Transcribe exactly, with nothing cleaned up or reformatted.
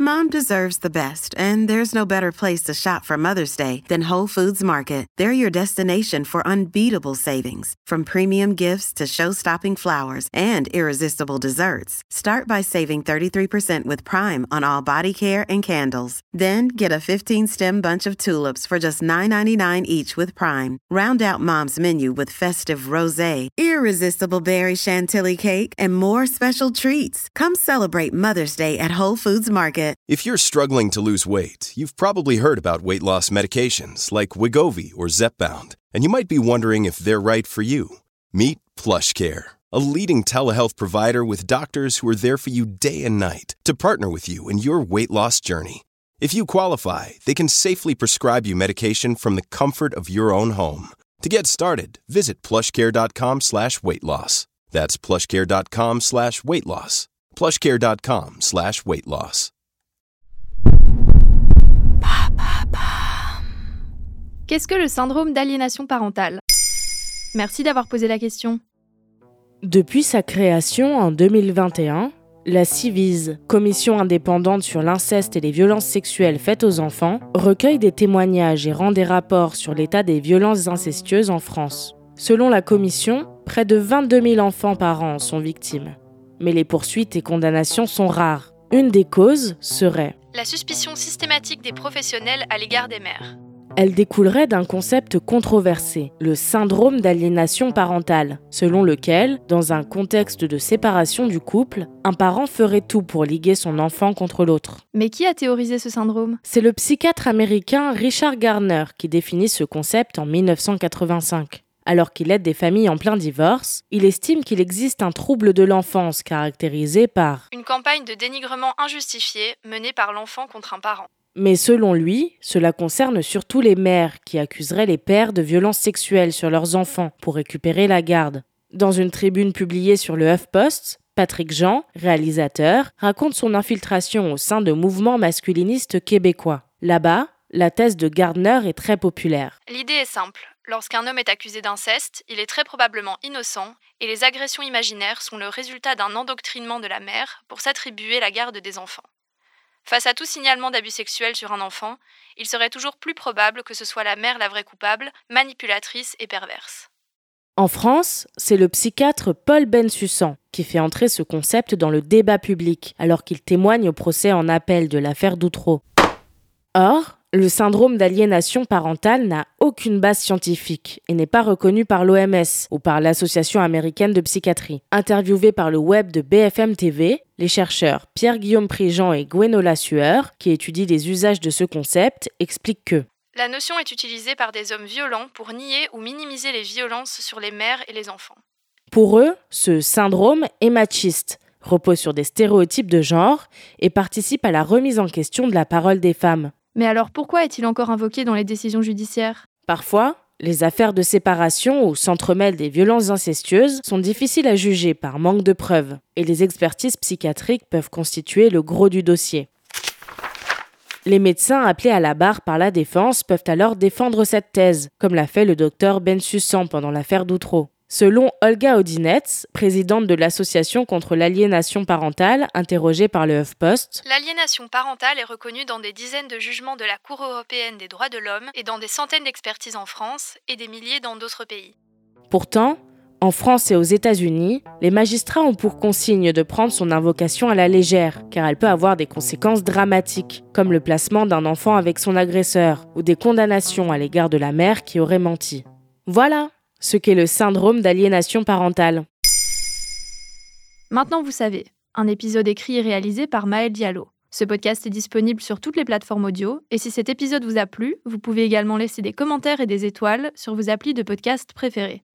Mom deserves the best, and there's no better place to shop for Mother's Day than Whole Foods Market. They're your destination for unbeatable savings, from premium gifts to show-stopping flowers and irresistible desserts. Start by saving thirty-three percent with Prime on all body care and candles. Then get a fifteen-stem bunch of tulips for just nine ninety-nine each with Prime. Round out Mom's menu with festive rosé, irresistible berry chantilly cake, and more special treats. Come celebrate Mother's Day at Whole Foods Market. If you're struggling to lose weight, you've probably heard about weight loss medications like Wegovy or Zepbound, and you might be wondering if they're right for you. Meet PlushCare, a leading telehealth provider with doctors who are there for you day and night to partner with you in your weight loss journey. If you qualify, they can safely prescribe you medication from the comfort of your own home. To get started, visit plushcare.com slash weight loss. That's plushcare.com slash weight loss. plushcare.com slash weight loss. Qu'est-ce que le syndrome d'aliénation parentale ? Merci d'avoir posé la question. Depuis sa création en deux mille vingt et un, la Ciivise, commission indépendante sur l'inceste et les violences sexuelles faites aux enfants, recueille des témoignages et rend des rapports sur l'état des violences incestueuses en France. Selon la commission, près de vingt-deux mille enfants par an sont victimes. Mais les poursuites et condamnations sont rares. Une des causes serait la suspicion systématique des professionnels à l'égard des mères. Elle découlerait d'un concept controversé, le syndrome d'aliénation parentale, selon lequel, dans un contexte de séparation du couple, un parent ferait tout pour liguer son enfant contre l'autre. Mais qui a théorisé ce syndrome ? C'est le psychiatre américain Richard Gardner qui définit ce concept en dix-neuf cent quatre-vingt-cinq. Alors qu'il aide des familles en plein divorce, il estime qu'il existe un trouble de l'enfance caractérisé par une campagne de dénigrement injustifié menée par l'enfant contre un parent. Mais selon lui, cela concerne surtout les mères qui accuseraient les pères de violences sexuelles sur leurs enfants pour récupérer la garde. Dans une tribune publiée sur le HuffPost, Patrick Jean, réalisateur, raconte son infiltration au sein de mouvements masculinistes québécois. Là-bas, la thèse de Gardner est très populaire. L'idée est simple. Lorsqu'un homme est accusé d'inceste, il est très probablement innocent et les agressions imaginaires sont le résultat d'un endoctrinement de la mère pour s'attribuer la garde des enfants. Face à tout signalement d'abus sexuels sur un enfant, il serait toujours plus probable que ce soit la mère la vraie coupable, manipulatrice et perverse. En France, c'est le psychiatre Paul Bensussan qui fait entrer ce concept dans le débat public alors qu'il témoigne au procès en appel de l'affaire d'Outreau. Or, le syndrome d'aliénation parentale n'a aucune base scientifique et n'est pas reconnu par l'O M S ou par l'Association américaine de psychiatrie. Interviewés par le web de B F M T V, les chercheurs Pierre-Guillaume Prigent et Gwenola Sueur, qui étudient les usages de ce concept, expliquent que la notion est utilisée par des hommes violents pour nier ou minimiser les violences sur les mères et les enfants. Pour eux, ce syndrome est machiste, repose sur des stéréotypes de genre et participe à la remise en question de la parole des femmes. Mais alors pourquoi est-il encore invoqué dans les décisions judiciaires ? Parfois, les affaires de séparation où s'entremêlent des violences incestueuses sont difficiles à juger par manque de preuves, et les expertises psychiatriques peuvent constituer le gros du dossier. Les médecins appelés à la barre par la défense peuvent alors défendre cette thèse, comme l'a fait le docteur Bensussan pendant l'affaire d'Outreau. Selon Olga Odinets, présidente de l'association contre l'aliénation parentale, interrogée par le HuffPost, l'aliénation parentale est reconnue dans des dizaines de jugements de la Cour européenne des droits de l'homme et dans des centaines d'expertises en France et des milliers dans d'autres pays. Pourtant, en France et aux États-Unis, les magistrats ont pour consigne de prendre son invocation à la légère, car elle peut avoir des conséquences dramatiques, comme le placement d'un enfant avec son agresseur ou des condamnations à l'égard de la mère qui aurait menti. Voilà ce qu'est le syndrome d'aliénation parentale. Maintenant vous savez, un épisode écrit et réalisé par Maëlle Diallo. Ce podcast est disponible sur toutes les plateformes audio, et si cet épisode vous a plu, vous pouvez également laisser des commentaires et des étoiles sur vos applis de podcast préférés.